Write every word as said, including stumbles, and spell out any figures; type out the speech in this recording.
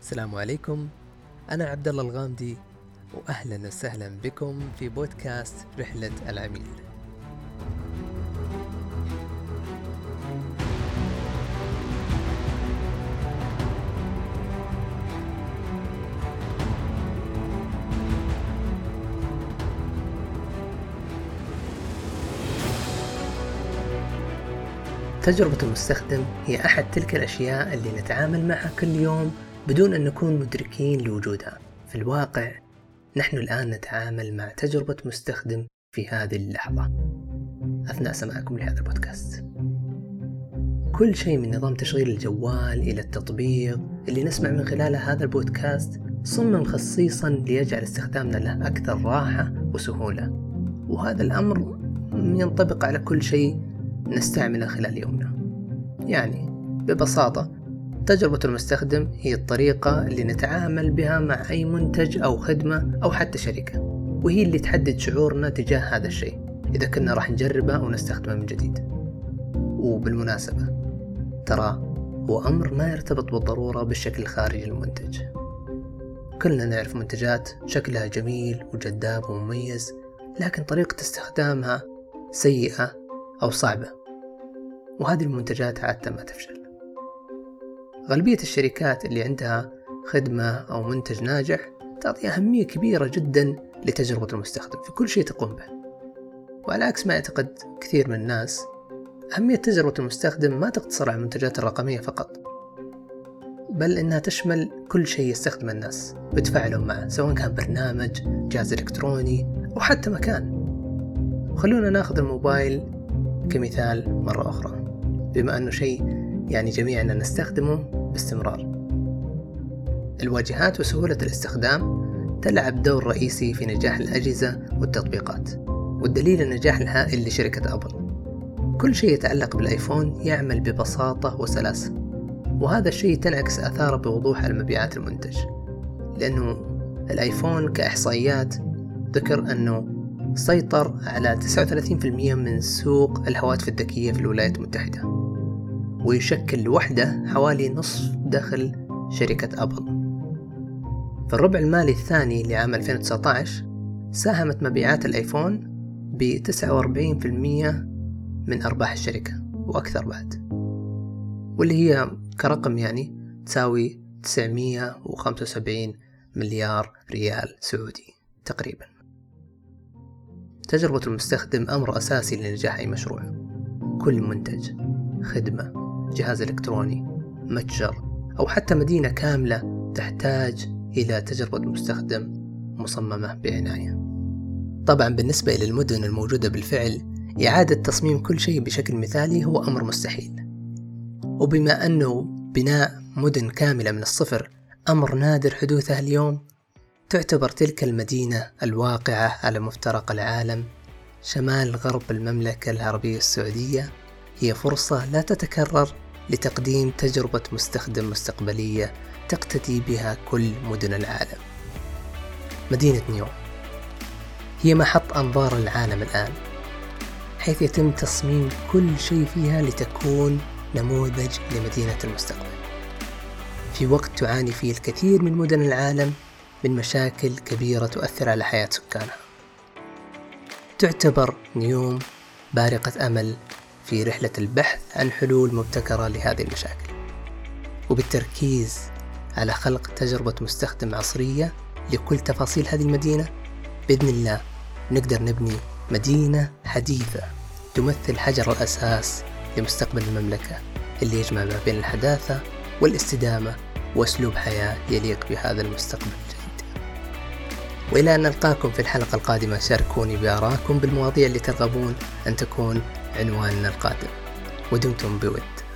السلام عليكم، أنا عبد الله الغامدي، وأهلا وسهلا بكم في بودكاست رحلة العميل. تجربة المستخدم هي أحد تلك الأشياء اللي نتعامل معها كل يوم بدون أن نكون مدركين لوجودها. في الواقع نحن الآن نتعامل مع تجربة مستخدم في هذه اللحظة أثناء سماعكم لهذا البودكاست. كل شيء من نظام تشغيل الجوال إلى التطبيق اللي نسمع من خلاله هذا البودكاست صمم خصيصا ليجعل استخدامنا له أكثر راحة وسهولة، وهذا الأمر ينطبق على كل شيء نستعمله خلال يومنا. يعني ببساطة تجربة المستخدم هي الطريقة اللي نتعامل بها مع أي منتج أو خدمة أو حتى شركة، وهي اللي تحدد شعورنا تجاه هذا الشيء إذا كنا راح نجربه أو نستخدمه من جديد. وبالمناسبة ترى هو أمر ما يرتبط بالضرورة بالشكل الخارجي للمنتج. كلنا نعرف منتجات شكلها جميل وجذاب ومميز، لكن طريقة استخدامها سيئة أو صعبة، وهذه المنتجات عادة ما تفشل. غالبية الشركات اللي عندها خدمة أو منتج ناجح تعطي أهمية كبيرة جدا لتجربة المستخدم في كل شيء تقوم به، وعلى عكس ما يعتقد كثير من الناس، أهمية تجربة المستخدم ما تقتصر على المنتجات الرقمية فقط، بل إنها تشمل كل شيء يستخدم الناس ويتفاعلون معه، سواء كان برنامج، جهاز إلكتروني أو حتى مكان. وخلونا ناخذ الموبايل كمثال مرة أخرى، بما أنه شيء يعني جميعنا نستخدمه باستمرار. الواجهات وسهولة الاستخدام تلعب دور رئيسي في نجاح الأجهزة والتطبيقات، والدليل النجاح الهائل لشركة أبل. كل شيء يتعلق بالآيفون يعمل ببساطة وسلاسة، وهذا الشيء تنعكس آثاره بوضوح على مبيعات المنتج، لأنه الآيفون كإحصائيات ذكر أنه سيطر على تسعة وثلاثين بالمئة من سوق الهواتف الذكية في الولايات المتحدة، ويشكل لوحده حوالي نصف دخل شركة أبل. في الربع المالي الثاني لعام ألفين وتسعة عشر ساهمت مبيعات الآيفون ب تسعة وأربعين بالمئة من أرباح الشركة وأكثر بعد، واللي هي كرقم يعني تساوي تسعمئة وخمسة وسبعين مليار ريال سعودي تقريبا. تجربة المستخدم أمر أساسي لنجاح أي مشروع. كل منتج، خدمة، جهاز إلكتروني، متجر أو حتى مدينة كاملة تحتاج إلى تجربة مستخدم مصممة بعناية. طبعا بالنسبة إلى المدن الموجودة بالفعل، إعادة تصميم كل شيء بشكل مثالي هو أمر مستحيل، وبما أنه بناء مدن كاملة من الصفر أمر نادر حدوثه اليوم، تعتبر تلك المدينة الواقعة على مفترق العالم شمال غرب المملكة العربية السعودية هي فرصة لا تتكرر لتقديم تجربة مستخدم مستقبلية تقتدي بها كل مدن العالم. مدينة نيوم هي محط أنظار العالم الآن، حيث يتم تصميم كل شيء فيها لتكون نموذج لمدينة المستقبل، في وقت تعاني فيه الكثير من مدن العالم من مشاكل كبيرة تؤثر على حياة سكانها. تعتبر نيوم بارقة أمل في رحلة البحث عن حلول مبتكرة لهذه المشاكل، وبالتركيز على خلق تجربة مستخدم عصرية لكل تفاصيل هذه المدينة. بإذن الله نقدر نبني مدينة حديثة تمثل حجر الأساس لمستقبل المملكة، اللي يجمع ما بين الحداثة والاستدامة وأسلوب حياة يليق بهذا المستقبل الجديد. وإلى أن نلقاكم في الحلقة القادمة، شاركوني بآرائكم بالمواضيع اللي ترغبون أن تكون عنواننا القادم، ودمتم بود.